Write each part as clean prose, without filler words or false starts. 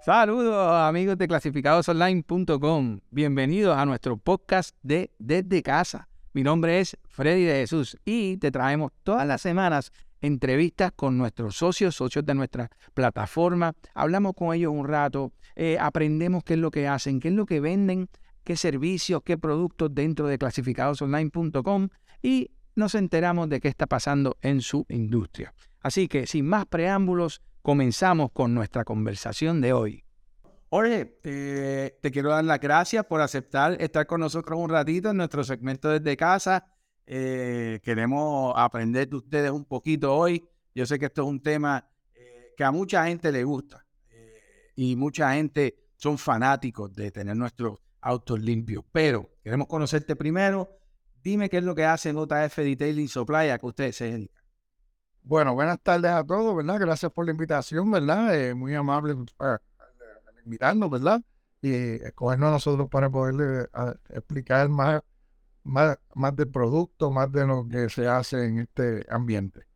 Saludos amigos de clasificadosonline.com. Bienvenidos a nuestro podcast de Desde Casa. Mi nombre es Freddy de Jesús y te traemos todas las semanas entrevistas con nuestros socios de nuestra plataforma. Hablamos con ellos un rato, aprendemos qué es lo que hacen, qué es lo que venden, qué servicios, qué productos dentro de clasificadosonline.com y nos enteramos de qué está pasando en su industria. Así que sin más preámbulos, comenzamos con nuestra conversación de hoy. Jorge, te quiero dar las gracias por aceptar estar con nosotros un ratito en nuestro segmento Desde Casa. Queremos aprender de ustedes un poquito hoy. Yo sé que esto es un tema que a mucha gente le gusta y mucha gente son fanáticos de tener nuestros autos limpios, pero queremos conocerte primero. Dime qué es lo que hace JF Detailing Supply a que ustedes se dedican. Bueno, buenas tardes a todos, ¿verdad? Gracias por la invitación, ¿verdad? Muy amable al invitarnos, ¿verdad? Y escogernos a nosotros para poderle explicar más del producto, más de lo que se hace en este ambiente.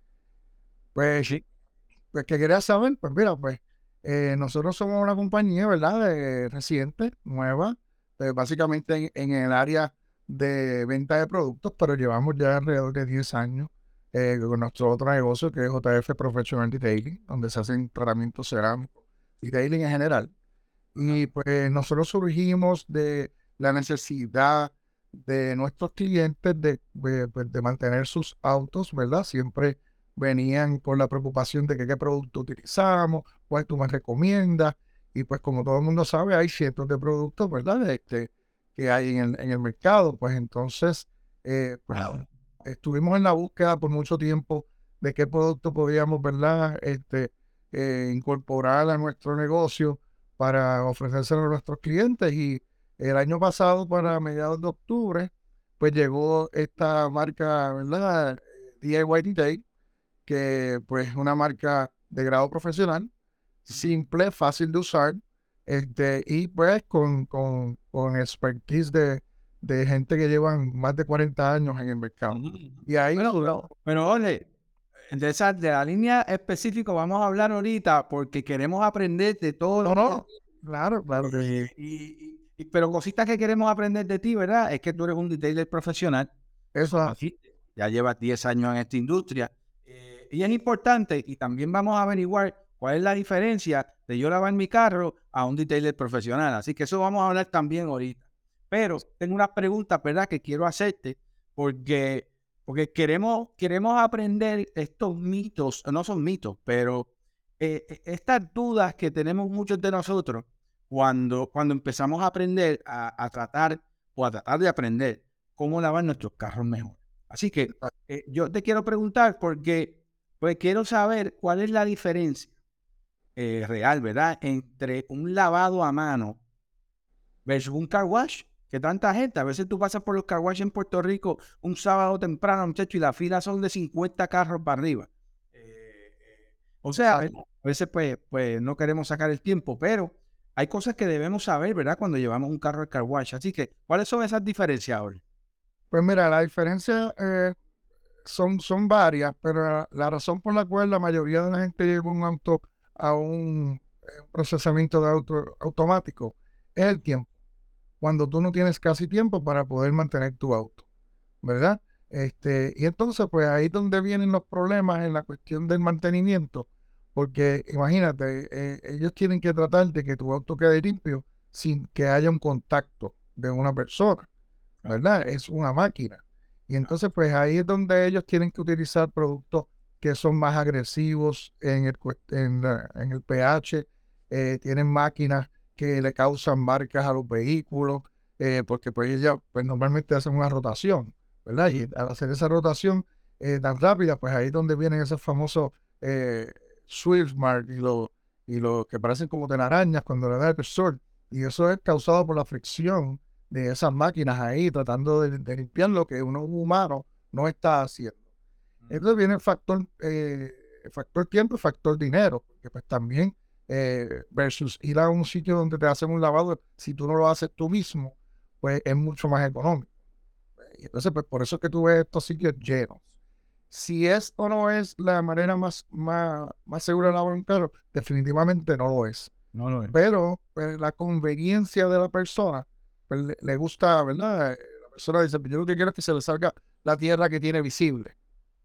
Pues, Sí. pues que quería saber, pues mira, pues nosotros somos una compañía, ¿verdad? Reciente, nueva, básicamente en el área de venta de productos, pero llevamos ya alrededor de 10 años con nuestro otro negocio que es JF Professional Detailing, donde se hacen tratamientos cerámicos, detailing en general. Y pues nosotros surgimos de la necesidad de nuestros clientes pues, de mantener sus autos, ¿verdad? Siempre venían con la preocupación de que qué producto utilizamos, cuál tú me recomiendas. Y pues como todo el mundo sabe, hay cientos de productos, ¿verdad? Que hay en el mercado. Pues entonces, pues, estuvimos en la búsqueda por mucho tiempo de qué producto podíamos, ¿verdad? Incorporar a nuestro negocio para ofrecérselo a nuestros clientes. Y el año pasado, para mediados de octubre, pues llegó esta marca, ¿verdad? DIY Detail, que pues es una marca de grado profesional, simple, fácil de usar, y pues con expertise de gente que llevan más de 40 años en el mercado. Y ahí, Bueno, Jorge, de la línea específica vamos a hablar ahorita porque queremos aprender de todo. no, claro que sí. Pero cositas que queremos aprender de ti, ¿verdad? Es que tú eres un detailer profesional. Eso, Así, ya llevas 10 años en esta industria. Y es importante, y también vamos a averiguar cuál es la diferencia de yo lavar mi carro a un detailer profesional. Así que eso vamos a hablar también ahorita. Pero tengo unas preguntas, ¿verdad?, que quiero hacerte porque queremos aprender estos mitos, no son mitos, pero estas dudas que tenemos muchos de nosotros cuando empezamos a aprender a tratar de aprender cómo lavar nuestros carros mejor. Así que yo te quiero preguntar porque pues quiero saber cuál es la diferencia real, ¿verdad?, entre un lavado a mano versus un car wash. Que tanta gente, a veces tú pasas por los car wash en Puerto Rico un sábado temprano, muchacho, y la fila son de 50 carros para arriba. O sea, a veces pues no queremos sacar el tiempo, pero hay cosas que debemos saber, ¿verdad?, cuando llevamos un carro al car wash. Así que, ¿cuáles son esas diferencias ahora? pues mira, la diferencia son varias, pero la razón por la cual la mayoría de la gente lleva un auto a un procesamiento de auto automático es el tiempo. Cuando tú no tienes casi tiempo para poder mantener tu auto, ¿verdad? Y entonces, pues ahí es donde vienen los problemas en la cuestión del mantenimiento, porque imagínate, ellos tienen que tratar de que tu auto quede limpio sin que haya un contacto de una persona, ¿verdad? Es una máquina. Y entonces, pues ahí es donde ellos tienen que utilizar productos que son más agresivos en el pH, tienen máquinas que le causan marcas a los vehículos, porque pues ellas pues, normalmente hacen una rotación, ¿verdad? Y al hacer esa rotación tan rápida, pues ahí es donde vienen esos famosos Swiftmark y los que parecen como telarañas cuando le da el sol. Y eso es causado por la fricción de esas máquinas ahí tratando de limpiar lo que uno humano no está haciendo. Entonces viene el factor tiempo y factor dinero, porque pues también versus ir a un sitio donde te hacen un lavado, si tú no lo haces tú mismo, pues es mucho más económico. Y entonces, pues por eso es que tú ves estos sitios llenos. Si es o no es la manera más segura de lavar un carro, definitivamente no lo es. No lo es. Pero pues, la conveniencia de la persona, pues, le gusta, ¿verdad? La persona dice, yo lo que quiero es que se le salga la tierra que tiene visible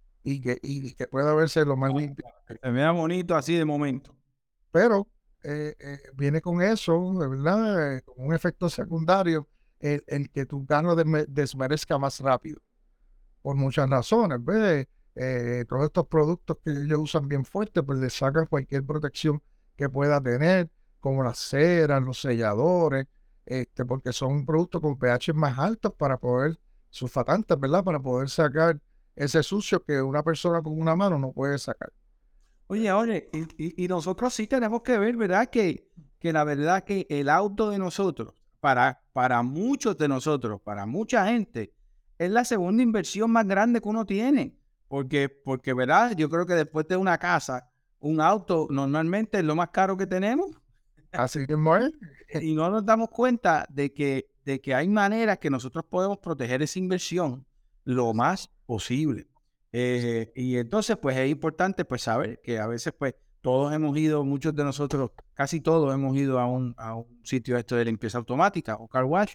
y que pueda verse lo más limpio. Se vea bonito así de momento. Pero viene con eso, ¿verdad? Con un efecto secundario, el que tu carro desmerezca más rápido, por muchas razones. ¿Ves? Todos estos productos que ellos usan bien fuertes, pues le sacan cualquier protección que pueda tener, como las ceras, los selladores, porque son productos con pH más altos para poder, sulfatantes, ¿verdad? Para poder sacar ese sucio que una persona con una mano no puede sacar. Oye, y nosotros sí tenemos que ver, ¿verdad? Que la verdad que el auto de nosotros, para muchos de nosotros, para mucha gente, es la segunda inversión más grande que uno tiene. Porque, ¿verdad? Yo creo que después de una casa, un auto normalmente es lo más caro que tenemos. Así mismo es. Y no nos damos cuenta de que hay maneras que nosotros podemos proteger esa inversión lo más posible. Y entonces, pues es importante pues saber que a veces pues todos hemos ido, muchos de nosotros, casi todos hemos ido a un sitio de limpieza automática o car wash.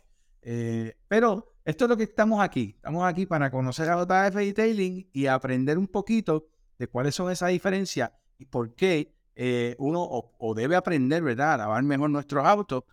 Pero esto es lo que estamos aquí para conocer a JF Detailing y aprender un poquito de cuáles son esas diferencias y por qué uno o debe aprender, ¿verdad?, a lavar mejor nuestros autos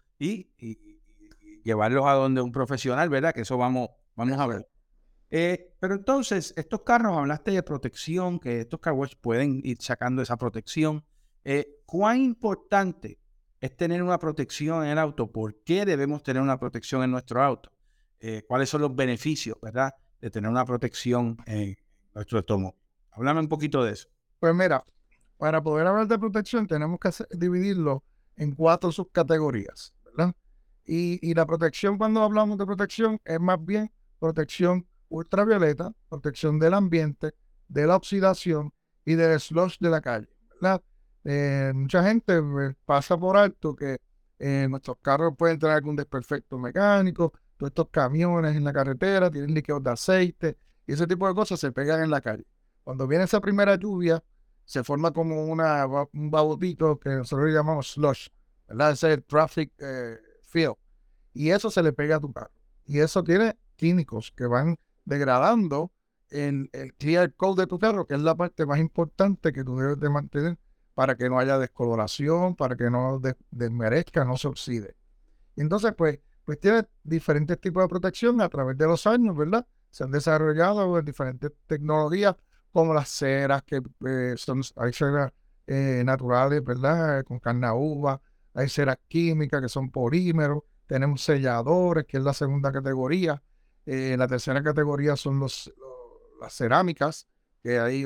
y llevarlos a donde un profesional, ¿verdad?, que eso vamos a ver. Pero entonces, estos carros, hablaste de protección, que estos car wash pueden ir sacando esa protección. ¿Cuán importante es tener una protección en el auto? ¿Por qué debemos tener una protección en nuestro auto? ¿Cuáles son los beneficios, verdad, de tener una protección en nuestro automóvil? Háblame un poquito de eso. Pues mira, para poder hablar de protección tenemos que dividirlo en 4 subcategorías, ¿verdad? Y la protección, cuando hablamos de protección, es más bien protección ultravioleta, protección del ambiente, de la oxidación y del slush de la calle, ¿verdad? Mucha gente pasa por alto que nuestros carros pueden tener algún desperfecto mecánico, todos estos camiones en la carretera tienen líquidos de aceite y ese tipo de cosas se pegan en la calle. Cuando viene esa primera lluvia, se forma como un babotito que nosotros le llamamos slush, ¿verdad? Ese es el traffic field. Y eso se le pega a tu carro. Y eso tiene químicos que van degradando el clear coat de tu carro, que es la parte más importante que tú debes de mantener para que no haya descoloración, para que no desmerezca, no se oxide. Y entonces, pues tiene diferentes tipos de protección a través de los años, ¿verdad? Se han desarrollado diferentes tecnologías como las ceras, que hay ceras naturales, ¿verdad? Con carne a uva, hay ceras químicas que son polímeros, tenemos selladores, que es la segunda categoría. La tercera categoría son las cerámicas, que hay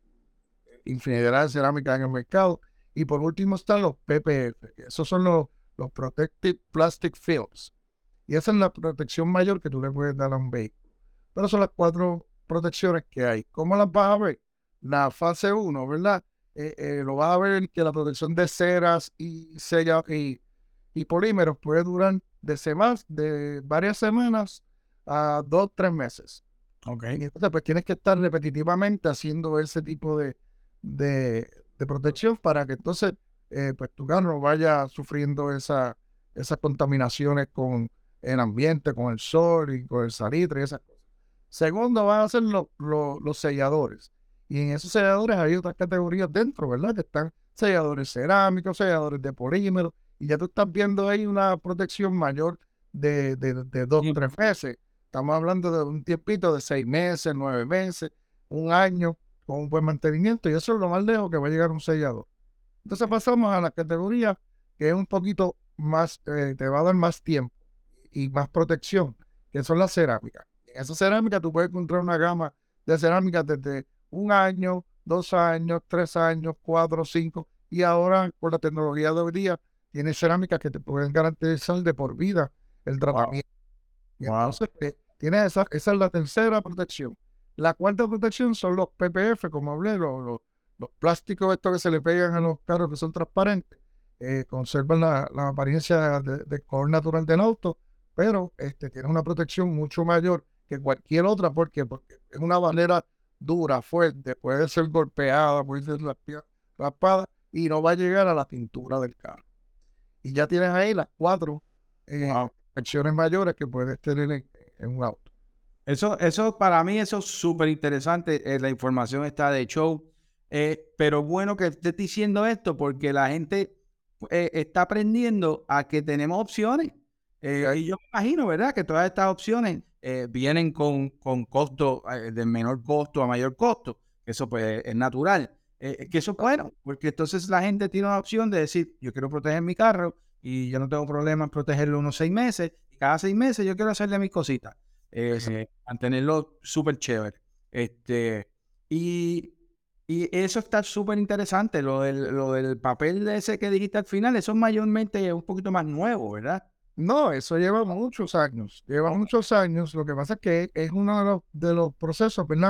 infinidad de cerámicas en el mercado. Y por último están los PPF, que esos son los Protective Plastic Films. Y esa es la protección mayor que tú le puedes dar a un vehículo. Pero son las 4 protecciones que hay. ¿Cómo las vas a ver? La fase 1, ¿verdad? Lo vas a ver que la protección de ceras y polímeros puede durar de varias semanas a 2-3 meses. Okay. Y entonces pues tienes que estar repetitivamente haciendo ese tipo de protección para que entonces pues tu carro no vaya sufriendo esas contaminaciones con el ambiente, con el sol y con el salitre y esas cosas. Segundo, van a ser los selladores. Y en esos selladores hay otras categorías dentro, ¿verdad? Que están selladores cerámicos, selladores de polímero. Y ya tú estás viendo ahí una protección mayor de 2 o 3 meses. Estamos hablando de un tiempito de 6 meses, 9 meses, un año, con un buen mantenimiento. Y eso es lo más lejos que va a llegar un sellador. Entonces pasamos a la categoría que es un poquito más, te va a dar más tiempo y más protección, que son las cerámicas. En esa cerámica tú puedes encontrar una gama de cerámicas desde 1 año, 2 años, 3 años, 4, 5, y ahora con la tecnología de hoy día tienes cerámicas que te pueden garantizar de por vida el tratamiento. Y entonces tienes esa es la tercera protección. La cuarta protección son los PPF, como hablé, los plásticos estos que se le pegan a los carros que son transparentes. Conservan la apariencia de color natural del auto, pero tiene una protección mucho mayor que cualquier otra. ¿Por qué? Porque es una barrera dura, fuerte, puede ser golpeada, puede ser raspada y no va a llegar a la pintura del carro. Y ya tienes ahí las 4 Wow. acciones mayores que puedes tener en un auto. Eso para mí eso es súper interesante. La información está de show. Pero bueno que estés diciendo esto porque la gente está aprendiendo a que tenemos opciones. Y yo me imagino, ¿verdad? Que todas estas opciones vienen con costo, de menor costo a mayor costo. Eso pues es natural. Que eso es bueno, porque entonces la gente tiene una opción de decir, yo quiero proteger mi carro y yo no tengo problema en protegerlo unos 6 meses. Y cada 6 meses yo quiero hacerle mis cositas. Mantenerlo súper chévere. Y, y eso está súper interesante. Lo del papel ese que dijiste al final, eso es mayormente un poquito más nuevo, ¿verdad? No, eso lleva muchos años. Lleva muchos años. Lo que pasa es que es uno de los procesos, ¿verdad?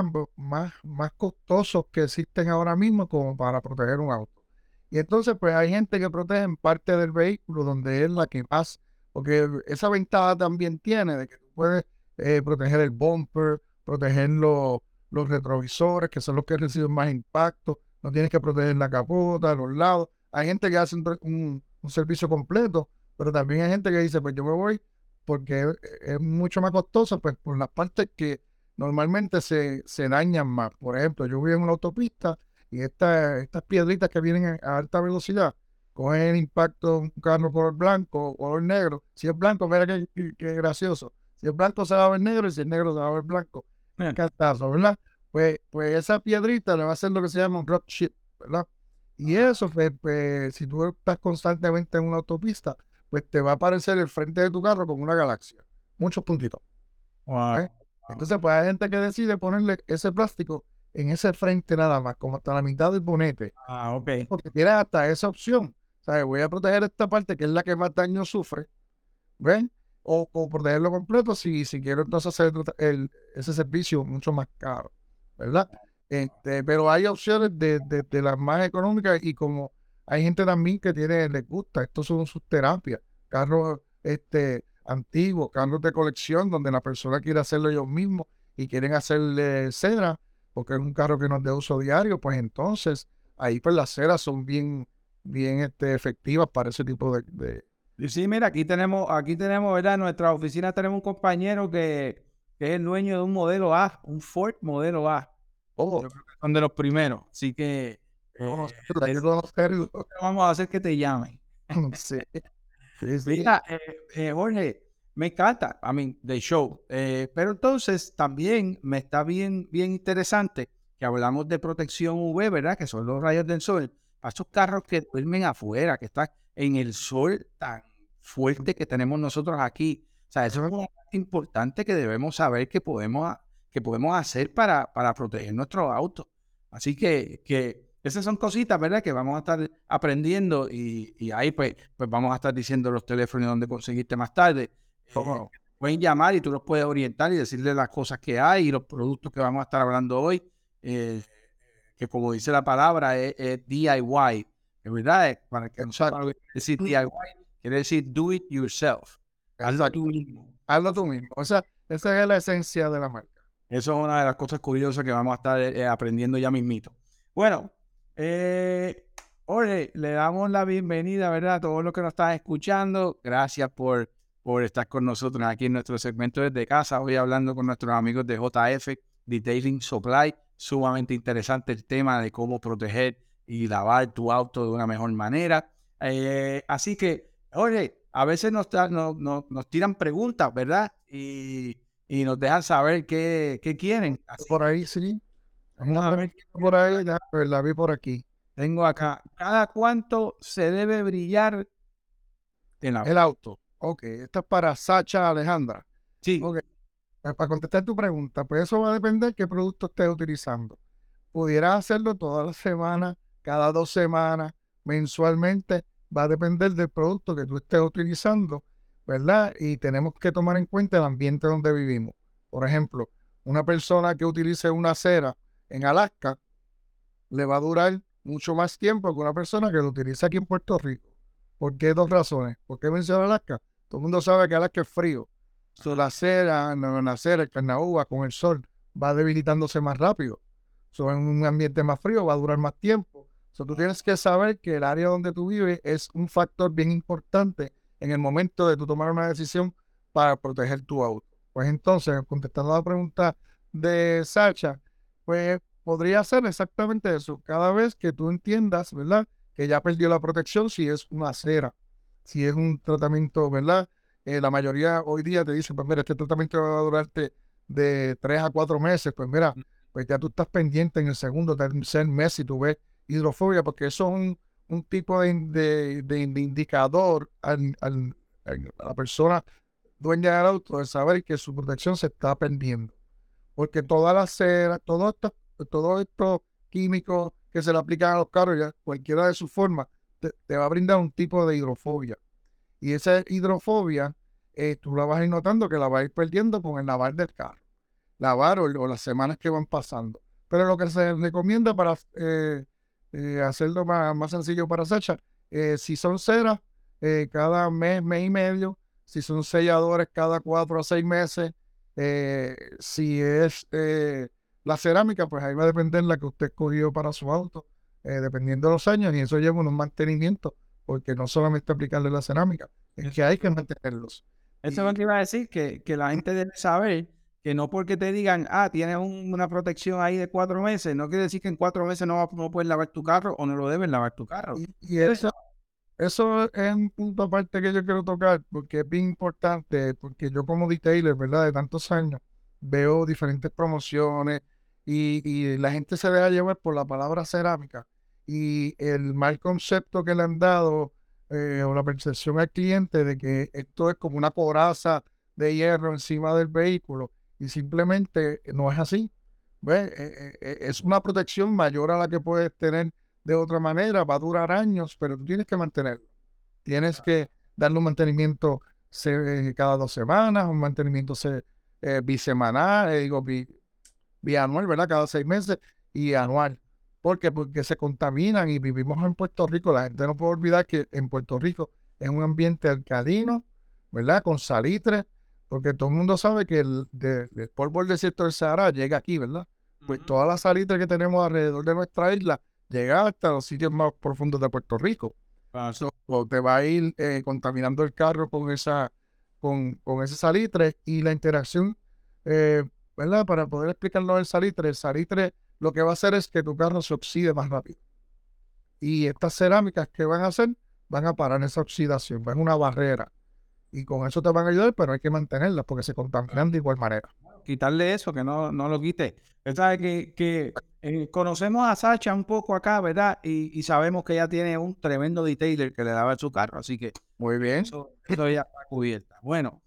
Más costosos que existen ahora mismo como para proteger un auto. Y entonces, pues hay gente que protege en parte del vehículo donde es la que más, porque esa ventaja también tiene de que tú puedes proteger el bumper, proteger los retrovisores, que son los que reciben más impacto. No tienes que proteger la capota, los lados. Hay gente que hace un servicio completo, pero también hay gente que dice, pues yo me voy porque es mucho más costoso, pues por las partes que normalmente se dañan más. Por ejemplo, yo voy en una autopista y estas piedritas que vienen a alta velocidad cogen el impacto de un carro color blanco o color negro. Si es blanco, mira qué gracioso. Si es blanco se va a ver negro y si es negro se va a ver blanco. Castazo, ¿verdad? Pues esa piedrita le va a hacer lo que se llama un rock chip, ¿verdad? Y eso, pues, si tú estás constantemente en una autopista, pues te va a aparecer el frente de tu carro como una galaxia. Muchos puntitos. Wow. ¿Eh? Entonces, pues hay gente que decide ponerle ese plástico en ese frente nada más, como hasta la mitad del bonete, Ok. porque tienes hasta esa opción. ¿Sabes? Voy a proteger esta parte que es la que más daño sufre, ¿ven? O protegerlo completo si quiero entonces hacer ese servicio mucho más caro, ¿verdad? Pero hay opciones de las más económicas y como hay gente también que les gusta, estos son sus terapias, carros antiguos, carros de colección, donde la persona quiere hacerlo ellos mismos y quieren hacerle cera, porque es un carro que no es de uso diario, pues entonces ahí pues las ceras son bien efectivas para ese tipo Y sí, mira, aquí tenemos, ¿verdad? En nuestra oficina tenemos un compañero que es el dueño de un modelo A, un Ford modelo A. Oh, Yo creo que son de los primeros. Así que hay que conocerlo. vamos a hacer que te llamen. Sí, sí, sí. Mira, Jorge, me encanta, the show. Pero entonces también me está bien interesante que hablamos de protección UV, ¿verdad? Que son los rayos del sol. Para esos carros que duermen afuera, que están en el sol tan fuerte que tenemos nosotros aquí. O sea, eso es una parte importante que debemos saber que podemos hacer para proteger nuestros autos. Así que esas son cositas, ¿verdad? Que vamos a estar aprendiendo y ahí pues vamos a estar diciendo los teléfonos donde conseguiste más tarde. ¿Cómo Pueden llamar y tú los puedes orientar y decirle las cosas que hay y los productos que vamos a estar hablando hoy, que como dice la palabra es DIY, ¿es verdad? Para que no sepa lo que quiere decir DIY, quiere decir do it yourself. Hazlo Exacto. tú mismo. Hazlo tú mismo. O sea, esa es la esencia de la marca. Eso es una de las cosas curiosas que vamos a estar aprendiendo ya mismito. Bueno, Jorge, le damos la bienvenida, ¿verdad? A todos los que nos están escuchando. Gracias por estar con nosotros aquí en nuestro segmento desde casa. Hoy hablando con nuestros amigos de JF Detailing Supply. Sumamente interesante el tema de cómo proteger y lavar tu auto de una mejor manera. Así que, Jorge, a veces nos tiran preguntas, ¿verdad? Y nos dejan saber qué quieren. Así Por ahí, sí. vamos a ver. Por ahí, ya, pues, la vi por aquí. Tengo acá, ¿cada cuánto se debe brillar en la... El auto. Ok, esto es para Sacha Alejandra. Sí, Ok, pues, para contestar tu pregunta, pues eso va a depender qué producto estés utilizando. Pudieras hacerlo toda la semana, cada 2 semanas, mensualmente. Va a depender del producto que tú estés utilizando, ¿verdad? Y tenemos que tomar en cuenta el ambiente donde vivimos. Por ejemplo, una persona que utilice una cera en Alaska le va a durar mucho más tiempo que una persona que lo utiliza aquí en Puerto Rico. ¿Por qué? 2 razones. ¿Por qué menciono Alaska? Todo el mundo sabe que Alaska es frío. So, la cera, el carnaúba con el sol va debilitándose más rápido. So, en un ambiente más frío va a durar más tiempo. Tú tienes que saber que el área donde tú vives es un factor bien importante en el momento de tú tomar una decisión para proteger tu auto. Pues entonces, contestando a la pregunta de Sacha, pues podría ser exactamente eso. Cada vez que tú entiendas, ¿verdad?, que ya perdió la protección, si es una cera, si es un tratamiento, ¿verdad? La mayoría hoy día te dice, pues mira, este tratamiento va a durarte de 3 a 4 meses, pues mira, pues ya tú estás pendiente en el segundo, tercer mes si tú ves hidrofobia, porque eso es un tipo de indicador a la persona dueña del auto de saber que su protección se está perdiendo. Porque todas las ceras, todos estos químicos que se le aplican a los carros, ya, cualquiera de sus formas, te va a brindar un tipo de hidrofobia. Y esa hidrofobia, tú la vas a ir notando que la vas a ir perdiendo con el lavar del carro. Lavar o las semanas que van pasando. Pero lo que se recomienda para hacerlo más sencillo para Sacha, si son ceras, cada mes, mes y medio, si son selladores cada 4 a 6 meses, si es la cerámica, pues ahí va a depender la que usted escogió para su auto, dependiendo de los años, y eso lleva unos mantenimientos, porque no solamente aplicarle la cerámica, es que hay que mantenerlos. Eso es lo que iba a decir, que la gente debe saber que no porque te digan, tienes una protección ahí de 4 meses, no quiere decir que en 4 meses no puedes lavar tu carro o no lo debes lavar tu carro. Y eso es un punto aparte que yo quiero tocar, porque es bien importante, porque yo como detailer, ¿verdad?, de tantos años, veo diferentes promociones y la gente se deja llevar por la palabra cerámica y el mal concepto que le han dado o la percepción al cliente de que esto es como una coraza de hierro encima del vehículo y simplemente no es así. ¿Ves? Es una protección mayor a la que puedes tener de otra manera, va a durar años, pero tú tienes que mantenerlo. Tienes que darle un mantenimiento cada 2 semanas, un mantenimiento bisemanal, bianual, ¿verdad? Cada 6 meses y anual. ¿Por qué? Porque se contaminan y vivimos en Puerto Rico. La gente no puede olvidar que en Puerto Rico es un ambiente alcalino, ¿verdad? Con salitre, porque todo el mundo sabe que el polvo del desierto del Sahara llega aquí, ¿verdad? Pues toda la salitre que tenemos alrededor de nuestra isla llega hasta los sitios más profundos de Puerto Rico. O te va a ir contaminando el carro con ese salitre y la interacción, ¿verdad? Para poder explicarlo el salitre lo que va a hacer es que tu carro se oxide más rápido. Y estas cerámicas que van a hacer, van a parar esa oxidación, van a una barrera. Y con eso te van a ayudar, pero hay que mantenerlas porque se contaminan de igual manera. Quitarle eso, que no lo quite. Usted sabe que conocemos a Sacha un poco acá, ¿verdad? Y sabemos que ella tiene un tremendo detailer que le daba su carro, así que muy bien. Eso ya está cubierta. Bueno,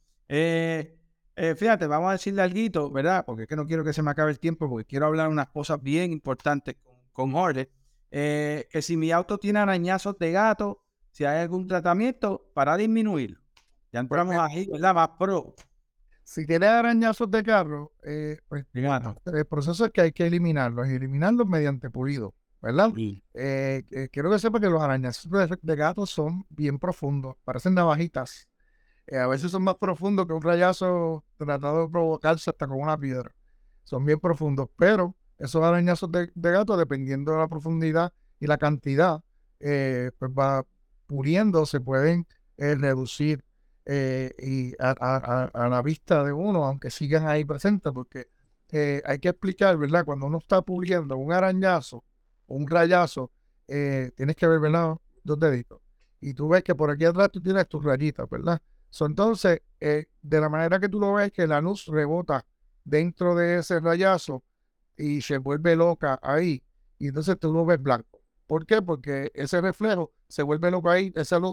fíjate, vamos a decirle algo, ¿verdad? Porque es que no quiero que se me acabe el tiempo, porque quiero hablar unas cosas bien importantes con Jorge. Que si mi auto tiene arañazos de gato, si hay algún tratamiento para disminuirlo. Ya entramos ahí, ¿verdad? Más pro. Si tienes arañazos de carro, pues el proceso es que hay que eliminarlos mediante pulido, ¿verdad? Quiero que sepa que los arañazos de gato son bien profundos, parecen navajitas. A veces son más profundos que un rayazo tratado de provocarse hasta con una piedra. Son bien profundos, pero esos arañazos de gato, dependiendo de la profundidad y la cantidad, pues va puliendo, se pueden reducir y a la vista de uno, aunque sigan ahí presentes, porque hay que explicar, ¿verdad? Cuando uno está puliendo un arañazo o un rayazo, tienes que ver, ¿verdad?, 2 deditos. Y tú ves que por aquí atrás tú tienes tus rayitas, ¿verdad? Entonces, de la manera que tú lo ves, que la luz rebota dentro de ese rayazo y se vuelve loca ahí, y entonces tú lo ves blanco. ¿Por qué? Porque ese reflejo se vuelve loco ahí, esa luz,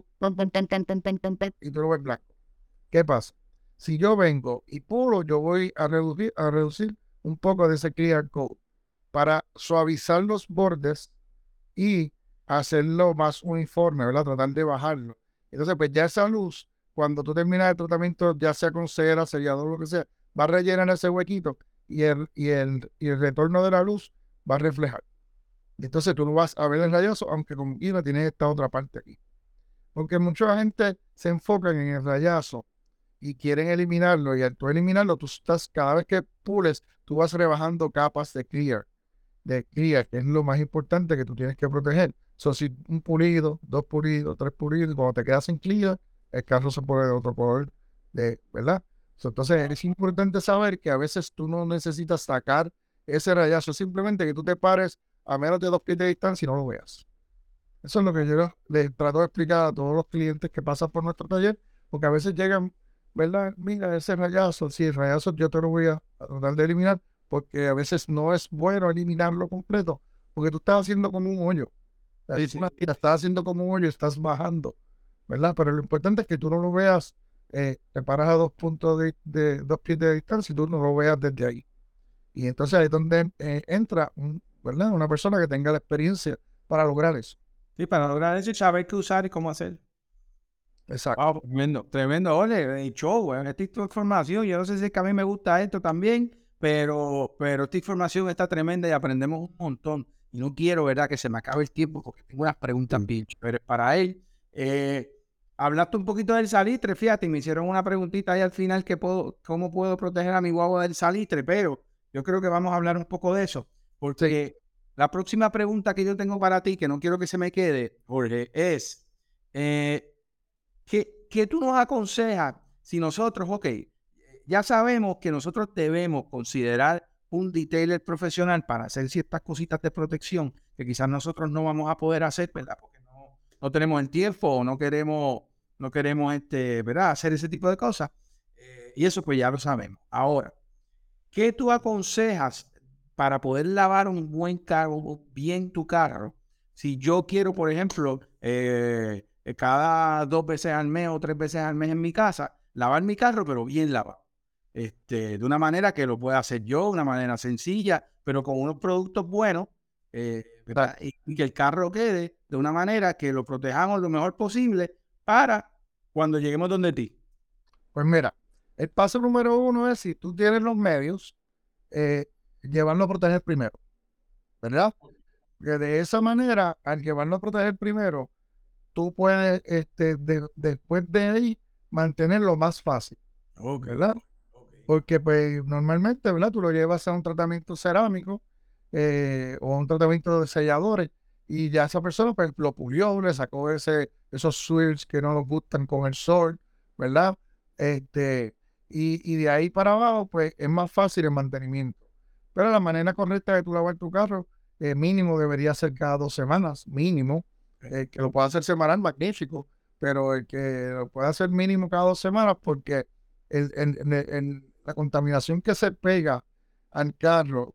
y tú lo ves blanco. ¿Qué pasa? Si yo vengo y pulo, yo voy a reducir un poco de ese clear coat para suavizar los bordes y hacerlo más uniforme, ¿verdad? Tratar de bajarlo. Entonces, pues ya esa luz, cuando tú terminas el tratamiento, ya sea con cera, sellador, lo que sea, va a rellenar ese huequito y el retorno de la luz va a reflejar. Entonces tú no vas a ver el rayazo, aunque como quiera tienes esta otra parte aquí. Porque mucha gente se enfoca en el rayazo y quieren eliminarlo, y al tú eliminarlo, cada vez que pules, tú vas rebajando capas de clear, que es lo más importante que tú tienes que proteger. So, si un pulido, 2 pulidos, 3 pulidos, cuando te quedas sin clear, el carro se pone de otro color, ¿verdad? So, entonces es importante saber que a veces tú no necesitas sacar ese rayazo, simplemente que tú te pares a menos de 2 pies de distancia y no lo veas. Eso es lo que yo les trato de explicar a todos los clientes que pasan por nuestro taller, porque a veces llegan, ¿verdad? Mira, ese rayazo, sí, el rayazo yo te lo voy a tratar de eliminar, porque a veces no es bueno eliminarlo completo, porque tú estás haciendo como un hoyo. Sí, sí. Estás haciendo como un hoyo, estás bajando, ¿verdad? Pero lo importante es que tú no lo veas, te paras a 2 puntos de 2 pies de distancia y tú no lo veas desde ahí. Y entonces ahí es donde entra, ¿verdad? Una persona que tenga la experiencia para lograr eso. Sí, para lograr eso y saber qué usar y cómo hacer. Exacto. Wow, tremendo, tremendo. Ole, el show, güey. Esta información, yo no sé si es que a mí me gusta esto también, pero esta información está tremenda y aprendemos un montón. Y no quiero, ¿verdad?, que se me acabe el tiempo porque tengo unas preguntas bien chéveres para él. Hablaste un poquito del salitre, fíjate, me hicieron una preguntita ahí al final cómo puedo proteger a mi guagua del salitre, pero yo creo que vamos a hablar un poco de eso, porque la próxima pregunta que yo tengo para ti, que no quiero que se me quede, Jorge, es... ¿Qué tú nos aconsejas si nosotros, ok, ya sabemos que nosotros debemos considerar un detailer profesional para hacer ciertas cositas de protección que quizás nosotros no vamos a poder hacer, ¿verdad? Porque no tenemos el tiempo o no queremos ¿verdad?, hacer ese tipo de cosas. Y eso pues ya lo sabemos. Ahora, ¿qué tú aconsejas para poder lavar un buen carro, bien tu carro? Si yo quiero, por ejemplo, cada 2 veces al mes o 3 veces al mes en mi casa, lavar mi carro, pero bien lavado. De una manera que lo pueda hacer yo, de una manera sencilla, pero con unos productos buenos, ¿verdad? Y que el carro quede de una manera que lo protejamos lo mejor posible para cuando lleguemos donde ti. Pues mira, el paso número 1 es, si tú tienes los medios, llevarlo a proteger primero, ¿verdad? Que de esa manera, al llevarlo a proteger primero, tú puedes, después de ahí, mantenerlo más fácil, Ok. ¿verdad? Porque pues normalmente, ¿verdad? Tú lo llevas a un tratamiento cerámico, o a un tratamiento de selladores, y ya esa persona pues lo pulió, le sacó esos swirls que no nos gustan con el sol, ¿verdad? Y de ahí para abajo pues es más fácil el mantenimiento. Pero la manera correcta de tú lavar tu carro, mínimo debería ser cada 2 semanas, mínimo. Que lo pueda hacer semanal, magnífico, pero el que lo pueda hacer mínimo cada 2 semanas, porque la contaminación que se pega al carro,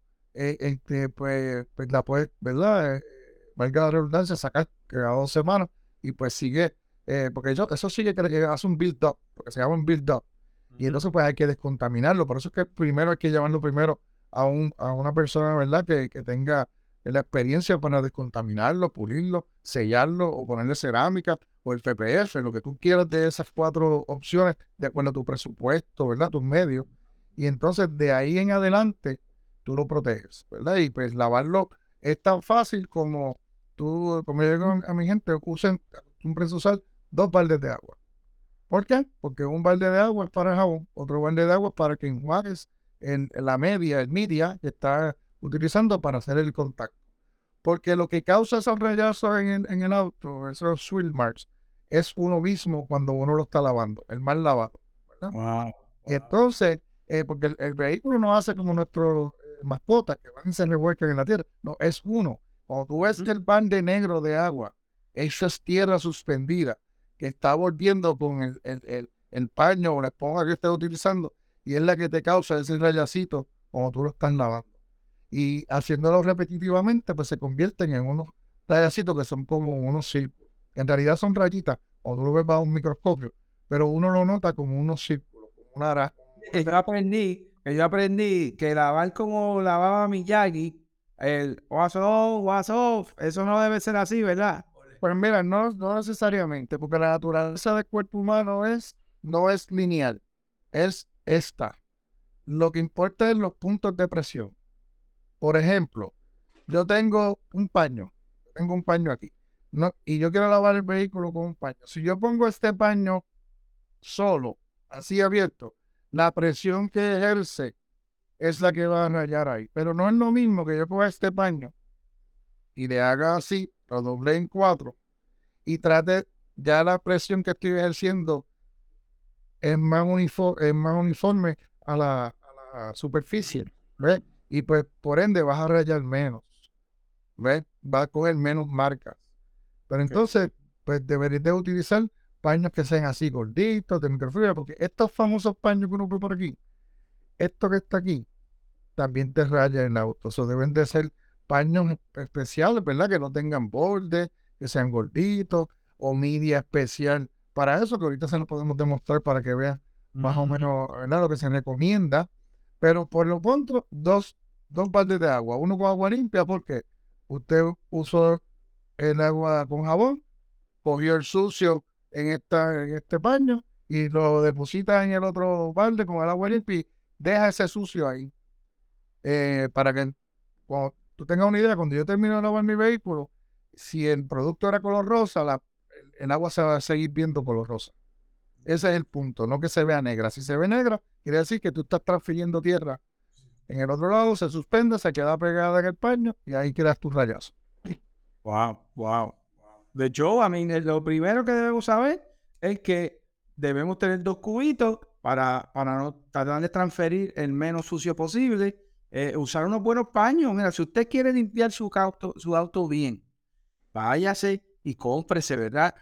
pues la puedes, ¿verdad? Valga la redundancia, sacar cada 2 semanas y pues sigue, porque eso sigue que hace un build-up, porque se llama un build-up. Y entonces pues hay que descontaminarlo. Por eso es que primero hay que llevarlo primero a una persona, ¿verdad? Que tenga la experiencia para descontaminarlo, pulirlo, sellarlo o ponerle cerámica o el PPF, lo que tú quieras de esas 4 opciones, de acuerdo a tu presupuesto, ¿verdad? Tus medios. Y entonces de ahí en adelante tú lo proteges, ¿verdad? Y pues lavarlo es tan fácil como como yo digo a mi gente, acostumbren a usar 2 baldes de agua. ¿Por qué? Porque un balde de agua es para el jabón, otro balde de agua es para que enjuagues en la el media que está utilizando para hacer el contacto. Porque lo que causa esos rayazos en el auto, esos swirl marks, es uno mismo cuando uno lo está lavando, el mal lavado, ¿verdad? Wow. Y entonces, porque el vehículo no hace como nuestros mascotas que van y se revuelcan en la tierra, no, es uno. Cuando tú ves el balde negro de agua, eso es tierra suspendida que está volviendo con el paño o la esponja que estés utilizando, y es la que te causa ese rayacito cuando tú lo estás lavando. Y haciéndolo repetitivamente, pues se convierten en unos rayacitos que son como unos círculos. En realidad son rayitas, o tú lo ves bajo un microscopio, pero uno lo nota como unos círculos, como una araña. Que yo aprendí que lavar como lavaba Miyagi, el wash off, eso no debe ser así, ¿verdad? Pues mira, no necesariamente, porque la naturaleza del cuerpo humano no es lineal, es esta. Lo que importa es los puntos de presión. Por ejemplo, yo tengo un paño aquí, ¿no? Y yo quiero lavar el vehículo con un paño. Si yo pongo este paño solo, así abierto, la presión que ejerce es la que va a rayar ahí. Pero no es lo mismo que yo coja este paño y le haga así, lo doble en 4 y trate, ya la presión que estoy ejerciendo es más, es más uniforme a la superficie, ¿ves? Y pues por ende vas a rayar menos, ¿ves? Va a coger menos marcas. Pero entonces, pues deberías de utilizar paños que sean así gorditos, de microfibra, porque estos famosos paños que uno ve por aquí, esto que está aquí, también te raya el auto. Eso deben de ser paños especiales, ¿verdad? Que no tengan bordes, que sean gorditos, o media especial. Para eso, que ahorita se lo podemos demostrar para que vean más o menos, ¿verdad? Lo que se recomienda. Pero por lo pronto, dos baldes de agua. Uno con agua limpia, porque usted usó el agua con jabón, cogió el sucio en este paño y lo deposita en el otro balde con el agua limpia y deja ese sucio ahí. Para que cuando tú tengas una idea, cuando yo termino de lavar mi vehículo, si el producto era color rosa, el agua se va a seguir viendo color rosa. Ese es el punto, no que se vea negra. Si se ve negra, quiere decir que tú estás transfiriendo tierra en el otro lado, se suspende, se queda pegada en el paño y ahí quedas tu rayazo. Wow, wow. De hecho, a mí lo primero que debemos saber es que debemos tener 2 cubitos para no tratar de transferir el menos sucio posible. Usar unos buenos paños. Mira, si usted quiere limpiar su auto bien, váyase y cómprese, ¿verdad?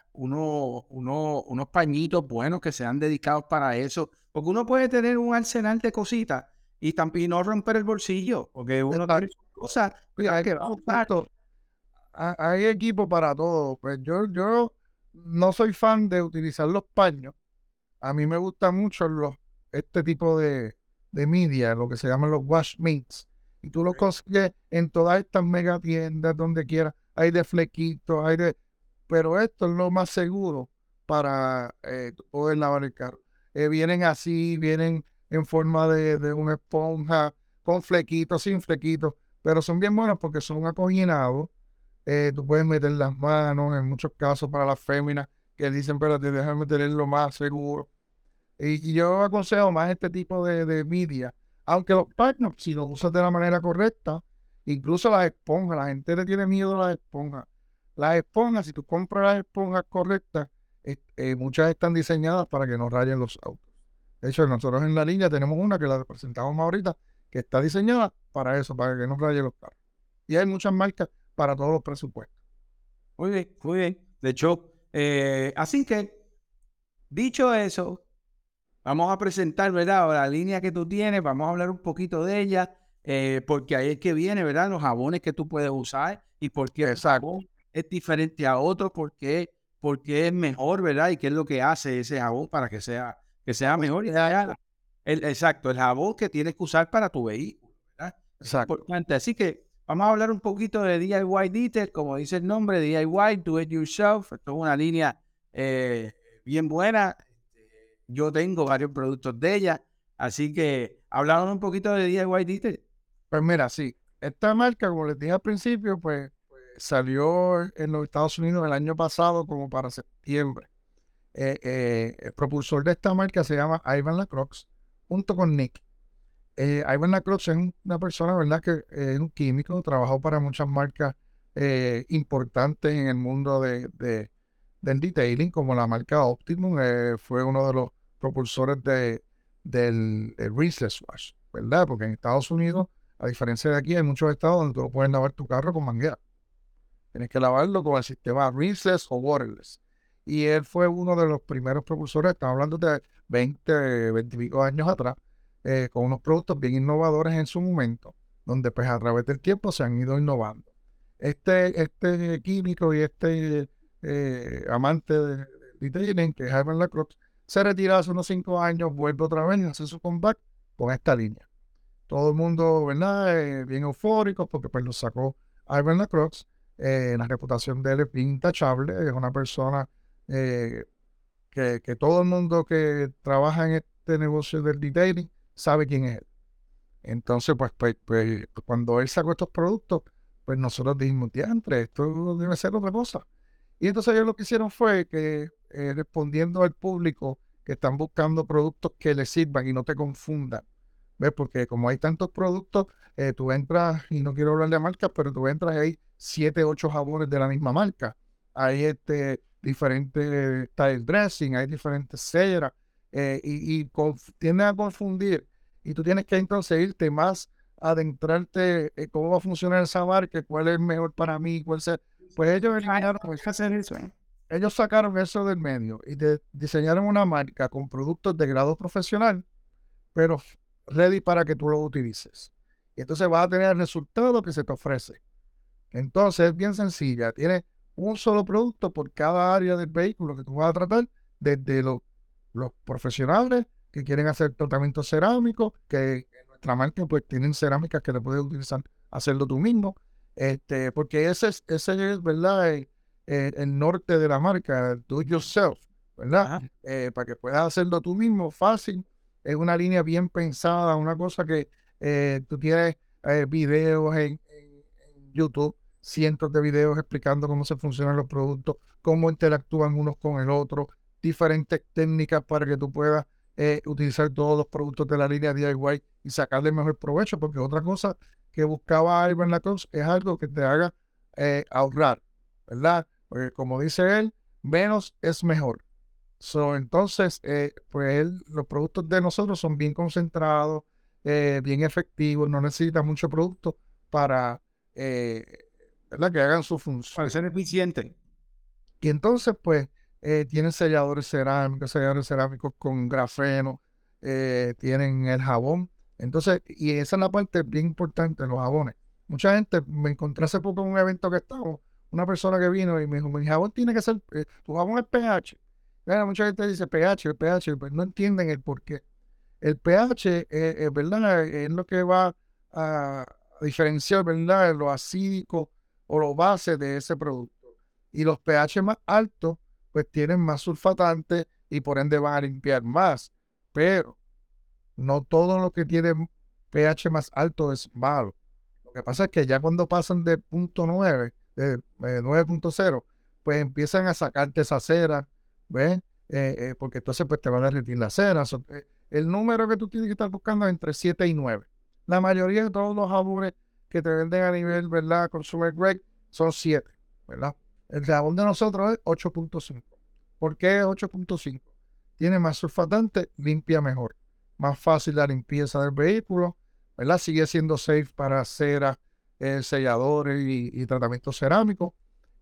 Unos pañitos buenos que sean dedicados para eso. Porque uno puede tener un arsenal de cositas y no romper el bolsillo. Porque uno tiene cosas que va a usar. Hay equipo para todo. Pues yo no soy fan de utilizar los paños. A mí me gusta mucho este tipo de media, lo que se llaman los wash mitts. Y tú los consigues en todas estas mega tiendas, donde quieras. Hay de flequitos, pero esto es lo más seguro para poder lavar el carro. Vienen así, vienen en forma de una esponja, con flequitos, sin flequitos, pero son bien buenos porque son acoginados. Tú puedes meter las manos, en muchos casos para las féminas que dicen, pero te déjame tenerlo más seguro. Y yo aconsejo más este tipo de media, aunque los paños, si los usas de la manera correcta, incluso las esponjas, la gente le tiene miedo a las esponjas. Las esponjas, si tú compras las esponjas correctas, muchas están diseñadas para que no rayen los autos. De hecho, nosotros en la línea tenemos una que la presentamos más ahorita, que está diseñada para eso, para que no rayen los carros. Y hay muchas marcas para todos los presupuestos. Muy bien, muy bien. De hecho, así que, dicho eso, vamos a presentar, ¿verdad? La línea que tú tienes, vamos a hablar un poquito de ella, porque ahí es que viene, ¿verdad? Los jabones que tú puedes usar y por qué Exacto. es diferente a otros, por qué es mejor, ¿verdad? Y qué es lo que hace ese jabón para que sea mejor. Exacto, el jabón que tienes que usar para tu vehículo, ¿verdad? Exacto. Es importante. Así que vamos a hablar un poquito de DIY Detail, como dice el nombre, DIY, Do It Yourself. Esto es una línea bien buena. Yo tengo varios productos de ella, así que hablamos un poquito de DIY Detail. Pues mira, sí, esta marca, como les dije al principio, salió en los Estados Unidos el año pasado como para septiembre. El propulsor de esta marca se llama Ivan Lacroix, junto con Nick. Ivan Lacroix es una persona, ¿verdad?, que es un químico, trabajó para muchas marcas importantes en el mundo del detailing, como la marca Optimum. Fue uno de los propulsores del Rinseless Wash, ¿verdad? Porque en Estados Unidos, a diferencia de aquí, hay muchos estados donde tú no puedes lavar tu carro con manguera. Tienes que lavarlo con el sistema Rinseless o Waterless. Y él fue uno de los primeros propulsores, estamos hablando de 20 y pico años atrás, con unos productos bien innovadores en su momento, donde pues a través del tiempo se han ido innovando. Este químico y amante de detailing, que es Ivan Lacroix, se retira hace unos 5 años, vuelve otra vez y hace su comeback con esta línea. Todo el mundo, ¿verdad? Bien eufórico porque pues lo sacó Ivan Lacroix. La reputación de él es bien intachable, es una persona que todo el mundo que trabaja en este negocio del detailing sabe quién es él. Entonces, pues, cuando él sacó estos productos, pues nosotros dijimos, diantre, esto debe ser otra cosa. Y entonces ellos lo que hicieron fue que, respondiendo al público que están buscando productos que les sirvan y no te confundan, ¿ves? Porque como hay tantos productos, tú entras, y no quiero hablar de marcas, pero tú entras y hay 7, 8 jabones de la misma marca. Hay diferentes style dressing, hay diferentes ceras, tienden a confundir. Y tú tienes que entonces irte más, adentrarte cómo va a funcionar esa marca, cuál es mejor para mí, cuál sea. Pues ellos eliminaron, hacer eso, ellos sacaron eso del medio y diseñaron una marca con productos de grado profesional, pero ready para que tú lo utilices. Y entonces vas a tener el resultado que se te ofrece. Entonces es bien sencilla. Tiene un solo producto por cada área del vehículo que tú vas a tratar, desde los profesionales que quieren hacer tratamiento cerámico, que en nuestra marca pues tienen cerámicas que le puedes utilizar, hacerlo tú mismo. Porque ese es, ¿verdad? El norte de la marca, do it yourself, ¿verdad? Para que puedas hacerlo tú mismo, fácil. Es una línea bien pensada, una cosa que tú tienes videos en YouTube, cientos de videos explicando cómo se funcionan los productos, cómo interactúan unos con el otro, diferentes técnicas para que tú puedas utilizar todos los productos de la línea DIY y sacarle el mejor provecho, porque otra cosa que buscaba Ivan Lacoste es algo que te haga ahorrar, ¿verdad? Porque como dice él, menos es mejor. Entonces, pues los productos de nosotros son bien concentrados, bien efectivos, no necesitan mucho producto para ¿verdad? Que hagan su función. Para ser eficiente. Y entonces, pues, tienen selladores cerámicos con grafeno, tienen el jabón. Entonces, y esa es la parte bien importante, los jabones. Mucha gente, me encontré hace poco en un evento que estábamos, una persona que vino y me dijo, mi jabón tiene que ser, tu jabón es pH. Bueno, mucha gente dice pH, el pH, pues no entienden el por qué. El pH, ¿verdad? Es lo que va a diferenciar, ¿verdad? Lo acídico o lo base de ese producto. Y los pH más altos, pues tienen más sulfatantes y por ende van a limpiar más. Pero no todo lo que tiene pH más alto es malo. Lo que pasa es que ya cuando pasan de 0.9, de 9.0, pues empiezan a sacarte esa cera, ¿ves? Porque entonces pues te van a derretir la cera. El número que tú tienes que estar buscando es entre 7 y 9. La mayoría de todos los jabones que te venden a nivel, ¿verdad? Consumer Grade son 7, ¿verdad? El jabón de nosotros es 8.5. ¿Por qué 8.5? Tiene más surfatante, limpia mejor. Más fácil la limpieza del vehículo, ¿verdad? Sigue siendo safe para ceras, selladores y tratamientos cerámicos,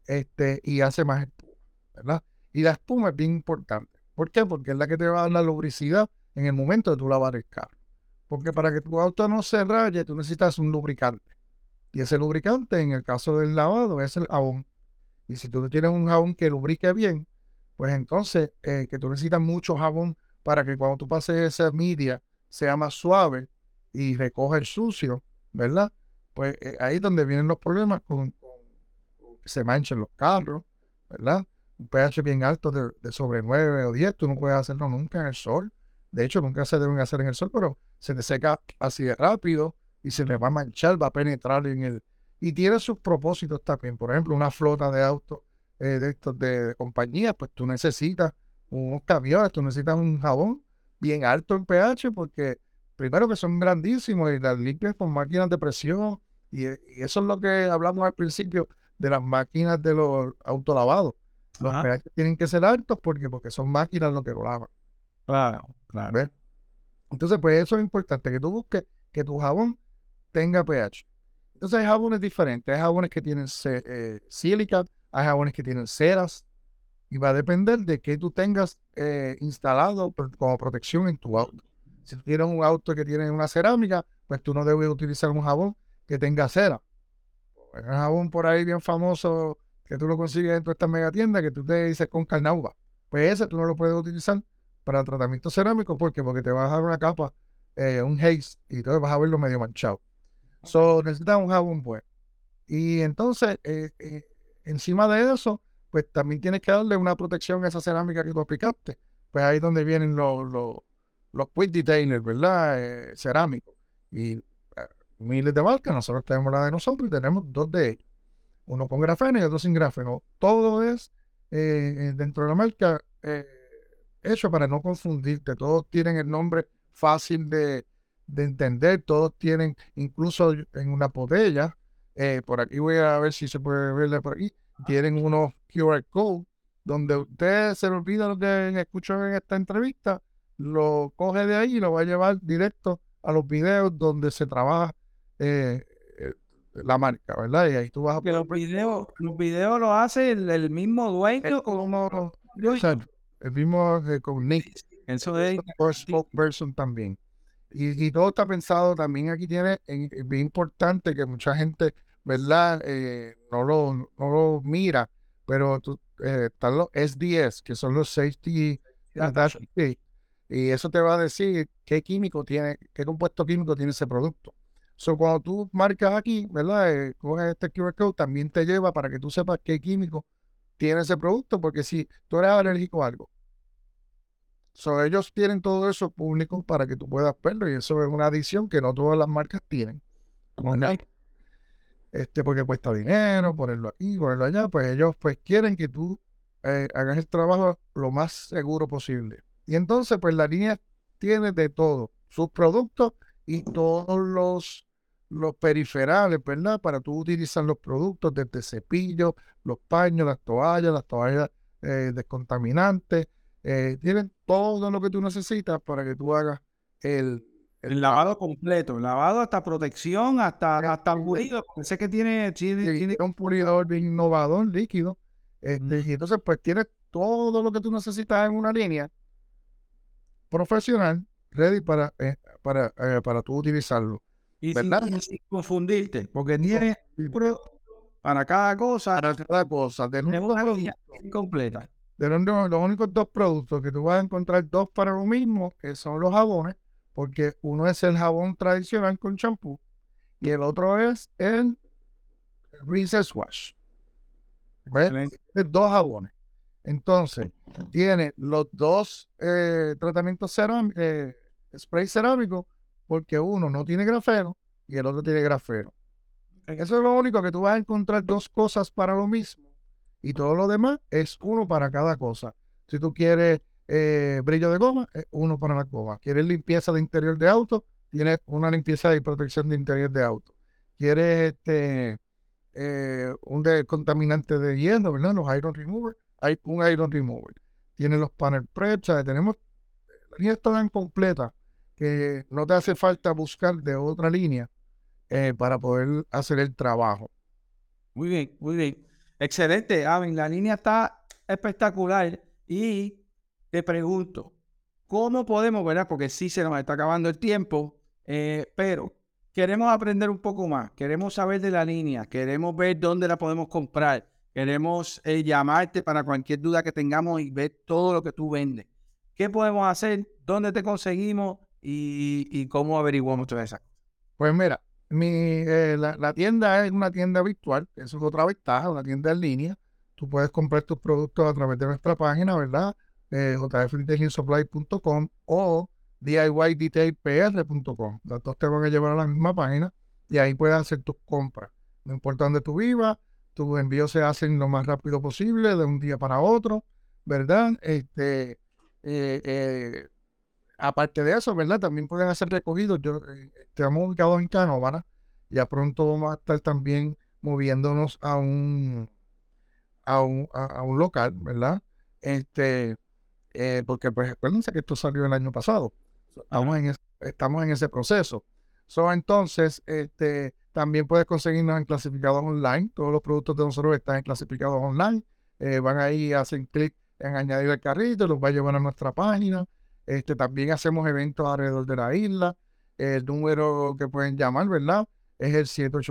y hace más espuma, ¿verdad? Y la espuma es bien importante. ¿Por qué? Porque es la que te va a dar la lubricidad en el momento de tú lavar el carro. Porque para que tu auto no se raye, tú necesitas un lubricante. Y ese lubricante, en el caso del lavado, es el jabón. Y si tú tienes un jabón que lubrique bien, pues entonces que tú necesitas mucho jabón para que cuando tú pases esa media sea más suave y recoja el sucio, ¿verdad? Pues ahí es donde vienen los problemas con que se manchen los carros, ¿verdad? Un pH bien alto de sobre 9 o 10, tú no puedes hacerlo nunca en el sol. De hecho, nunca se deben hacer en el sol, pero se te seca así de rápido y se le va a manchar, va a penetrar en el... Y tiene sus propósitos también. Por ejemplo, una flota de autos de estos de compañía, pues tú necesitas unos camiones, tú necesitas un jabón bien alto en pH porque primero que son grandísimos y las limpias con máquinas de presión y eso es lo que hablamos al principio de las máquinas de los autolavados. Los pH tienen que ser altos porque son máquinas lo que lo lavan. Claro, claro. ¿Ves? Entonces, pues eso es importante, que tú busques que tu jabón tenga pH. Entonces hay jabones diferentes, hay jabones que tienen sílica, hay jabones que tienen ceras, y va a depender de que tú tengas instalado como protección en tu auto. Si tú tienes un auto que tiene una cerámica, pues tú no debes utilizar un jabón que tenga cera. Hay un jabón por ahí bien famoso que tú lo consigues en todas estas megatiendas que tú te dices con carnauba. Pues ese tú no lo puedes utilizar para tratamiento cerámico. ¿Por qué? Porque te va a dejar una capa, un haze, y entonces vas a verlo medio manchado. Necesitas un jabón bueno. Y entonces, encima de eso, pues también tienes que darle una protección a esa cerámica que tú aplicaste. Pues ahí es donde vienen los quick detainers, ¿verdad? Cerámicos. Y miles de marcas, nosotros tenemos la de nosotros y tenemos 2 de ellos. Uno con grafeno y otro sin grafeno. Todo es dentro de la marca hecho para no confundirte. Todos tienen el nombre fácil de entender. Todos tienen, incluso en una botella, Por aquí voy a ver si se puede verle por aquí. Tienen unos QR code donde usted se le olvida lo que escuchó en esta entrevista, lo coge de ahí y lo va a llevar directo a los videos donde se trabaja eh, la marca, ¿verdad? Y ahí tú vas a Que los videos los hace el mismo dueño como exacto, el mismo con Nick, Eso es por spokesperson también. Y todo está pensado también aquí tiene, es bien importante que mucha gente, ¿verdad? No lo mira, pero están los SDS, que son los Safety Data Sheet, y eso te va a decir qué químico tiene, qué compuesto químico tiene ese producto. Cuando tú marcas aquí, ¿verdad? Coges este QR code, también te lleva para que tú sepas qué químico tiene ese producto, porque si tú eres alérgico a algo, ellos tienen todo eso público para que tú puedas verlo y eso es una adición que no todas las marcas tienen. Porque cuesta dinero, ponerlo aquí, ponerlo allá, pues ellos pues quieren que tú hagas el trabajo lo más seguro posible. Y entonces pues la línea tiene de todo, sus productos y todos los periferales, ¿verdad? Para tú utilizar los productos desde cepillos, los paños, las toallas descontaminantes, tienen todo lo que tú necesitas para que tú hagas el lavado completo, lavado hasta protección, hasta pulido. Sé que tiene un pulidor bien innovador, líquido. Y entonces, pues tienes todo lo que tú necesitas en una línea profesional, ready para tú utilizarlo. y ¿Verdad? sin confundirte, porque tiene para cada cosa, Para cada cosa. es una línea completa. De los únicos dos productos que tú vas a encontrar dos para lo mismo, que son los jabones, porque uno es el jabón tradicional con champú y el otro es el Recess Wash. ¿Ves? Tienes dos jabones. Entonces, tiene los dos tratamientos spray cerámico, porque uno no tiene grafeno y el otro tiene grafeno. Eso es lo único que tú vas a encontrar dos cosas para lo mismo y todo lo demás es uno para cada cosa. Si tú quieres brillo de goma, es uno para la goma. ¿Quieres limpieza de interior de auto? Tienes una limpieza y protección de interior de auto. ¿Quieres un descontaminante de hielo, ¿verdad? Los Iron Remover. Hay un Iron Remover. Tiene los panel prep, tenemos la línea está tan completa que no te hace falta buscar de otra línea para poder hacer el trabajo. Muy bien, muy bien. Excelente, Aven. La línea está espectacular. Y te pregunto, ¿cómo podemos, verdad? Porque sí se nos está acabando el tiempo, pero queremos aprender un poco más. Queremos saber de la línea. Queremos ver dónde la podemos comprar. Queremos llamarte para cualquier duda que tengamos y ver todo lo que tú vendes. ¿Qué podemos hacer? ¿Dónde te conseguimos? Y cómo averiguamos todas esas cosas. Pues mira, la tienda es una tienda virtual, eso es otra ventaja, una tienda en línea. Tú puedes comprar tus productos a través de nuestra página, ¿verdad? jfdetailsupply.com o diydetailpr.com. Las dos te van a llevar a la misma página y ahí puedes hacer tus compras. No importa dónde tú vivas, tus envíos se hacen lo más rápido posible, de un día para otro, ¿verdad? Aparte de eso, ¿verdad? También pueden hacer recogidos. Estamos ubicados en Canóvana. Ya pronto vamos a estar también moviéndonos a un local, ¿verdad? Porque pues acuérdense que esto salió el año pasado. Estamos en ese proceso. Entonces, también puedes conseguirnos en clasificados online. Todos los productos de nosotros están en clasificados online. Van ahí, hacen clic en añadir al carrito, los va a llevar a nuestra página. También hacemos eventos alrededor de la isla. El número que pueden llamar, ¿verdad? Es el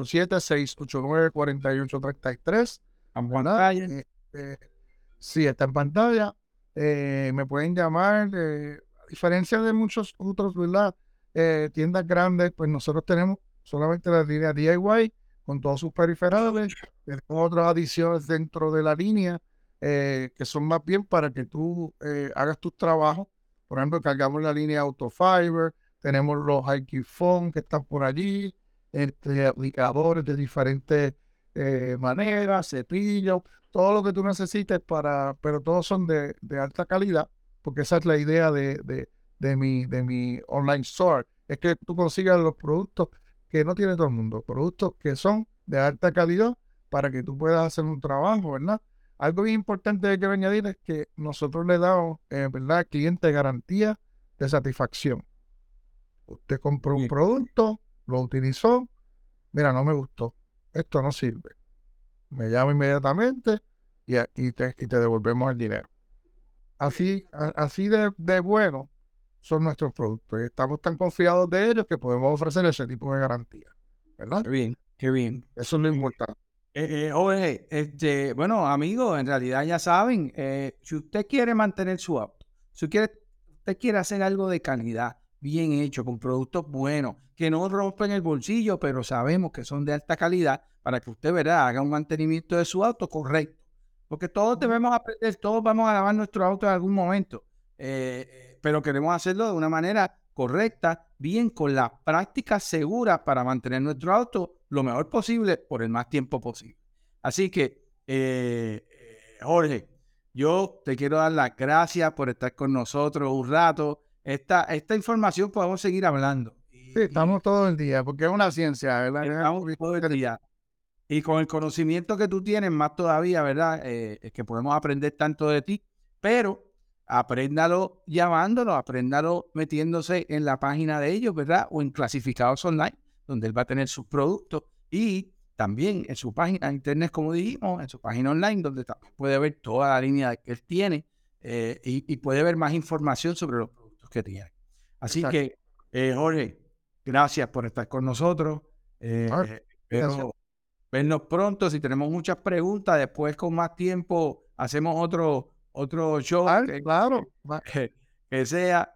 787-689-4833. En pantalla. Sí, está en pantalla. Me pueden llamar. A diferencia de muchos otros, ¿verdad? Tiendas grandes, pues nosotros tenemos solamente la línea DIY con todos sus periferales. Tenemos otras adiciones dentro de la línea que son más bien para que tú hagas tus trabajos. Por ejemplo, cargamos la línea Autofiber, tenemos los IQ Phone que están por allí, aplicadores de diferentes maneras, cepillos, todo lo que tú necesites pero todos son de alta calidad, porque esa es la idea de mi online store, es que tú consigas los productos que no tiene todo el mundo, productos que son de alta calidad para que tú puedas hacer un trabajo, ¿verdad? Algo bien importante que quiero añadir es que nosotros le damos, ¿verdad?, al cliente garantía de satisfacción. Usted compró un Bien. producto, lo utilizó, mira, no me gustó, esto no sirve. Me llama inmediatamente y te devolvemos el dinero. Así de bueno son nuestros productos. Y estamos tan confiados de ellos que podemos ofrecer ese tipo de garantía, ¿verdad? Qué bien, qué bien. Eso es lo importante. Jorge, bueno, amigos, en realidad ya saben, si usted quiere mantener su auto, si usted quiere hacer algo de calidad, bien hecho, con productos buenos, que no rompen el bolsillo, pero sabemos que son de alta calidad, para que usted, ¿verdad?, haga un mantenimiento de su auto correcto. Porque todos debemos aprender, todos vamos a lavar nuestro auto en algún momento, pero queremos hacerlo de una manera correcta, bien, con las prácticas seguras para mantener nuestro auto lo mejor posible por el más tiempo posible. Así que, Jorge, yo te quiero dar las gracias por estar con nosotros un rato. Esta información podemos seguir hablando. Sí, estamos todo el día, porque es una ciencia, ¿verdad? Estamos todo el día. Y con el conocimiento que tú tienes, más todavía, ¿verdad? Es que podemos aprender tanto de ti, pero apréndalo llamándolo, apréndalo metiéndose en la página de ellos, ¿verdad? O en clasificados online, donde él va a tener sus productos, y también en su página de internet, como dijimos, en su página online, donde también puede ver toda la línea que él tiene, y puede ver más información sobre los productos que tiene. Así Exacto. que, Jorge, gracias por estar con nosotros. Gracias. Espero vernos pronto. Si tenemos muchas preguntas, después con más tiempo hacemos otro show Claro. que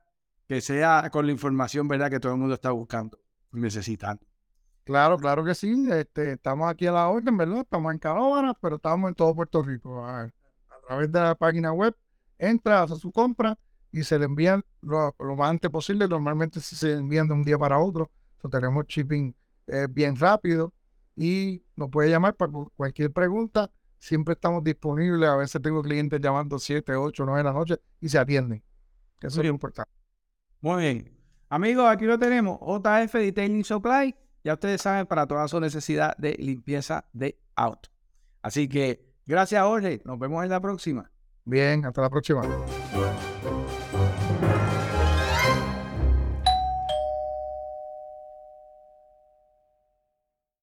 sea con la información, ¿verdad?, que todo el mundo está buscando y necesitando. Claro que sí. Estamos aquí a la orden, ¿verdad? Estamos en Canóvanas, pero estamos en todo Puerto Rico. A través de la página web, entra, hace su compra y se le envían lo más antes posible. Normalmente se envían de un día para otro. Tenemos shipping bien rápido y nos puede llamar para cualquier pregunta. Siempre estamos disponibles. A veces tengo clientes llamando 7, 8, 9 de la noche y se atienden. Eso es lo importante. Muy bien. Amigos, aquí lo tenemos. JF Detailing Supply. Ya ustedes saben, para toda su necesidad de limpieza de auto. Así que, gracias, Jorge. Nos vemos en la próxima. Bien, hasta la próxima.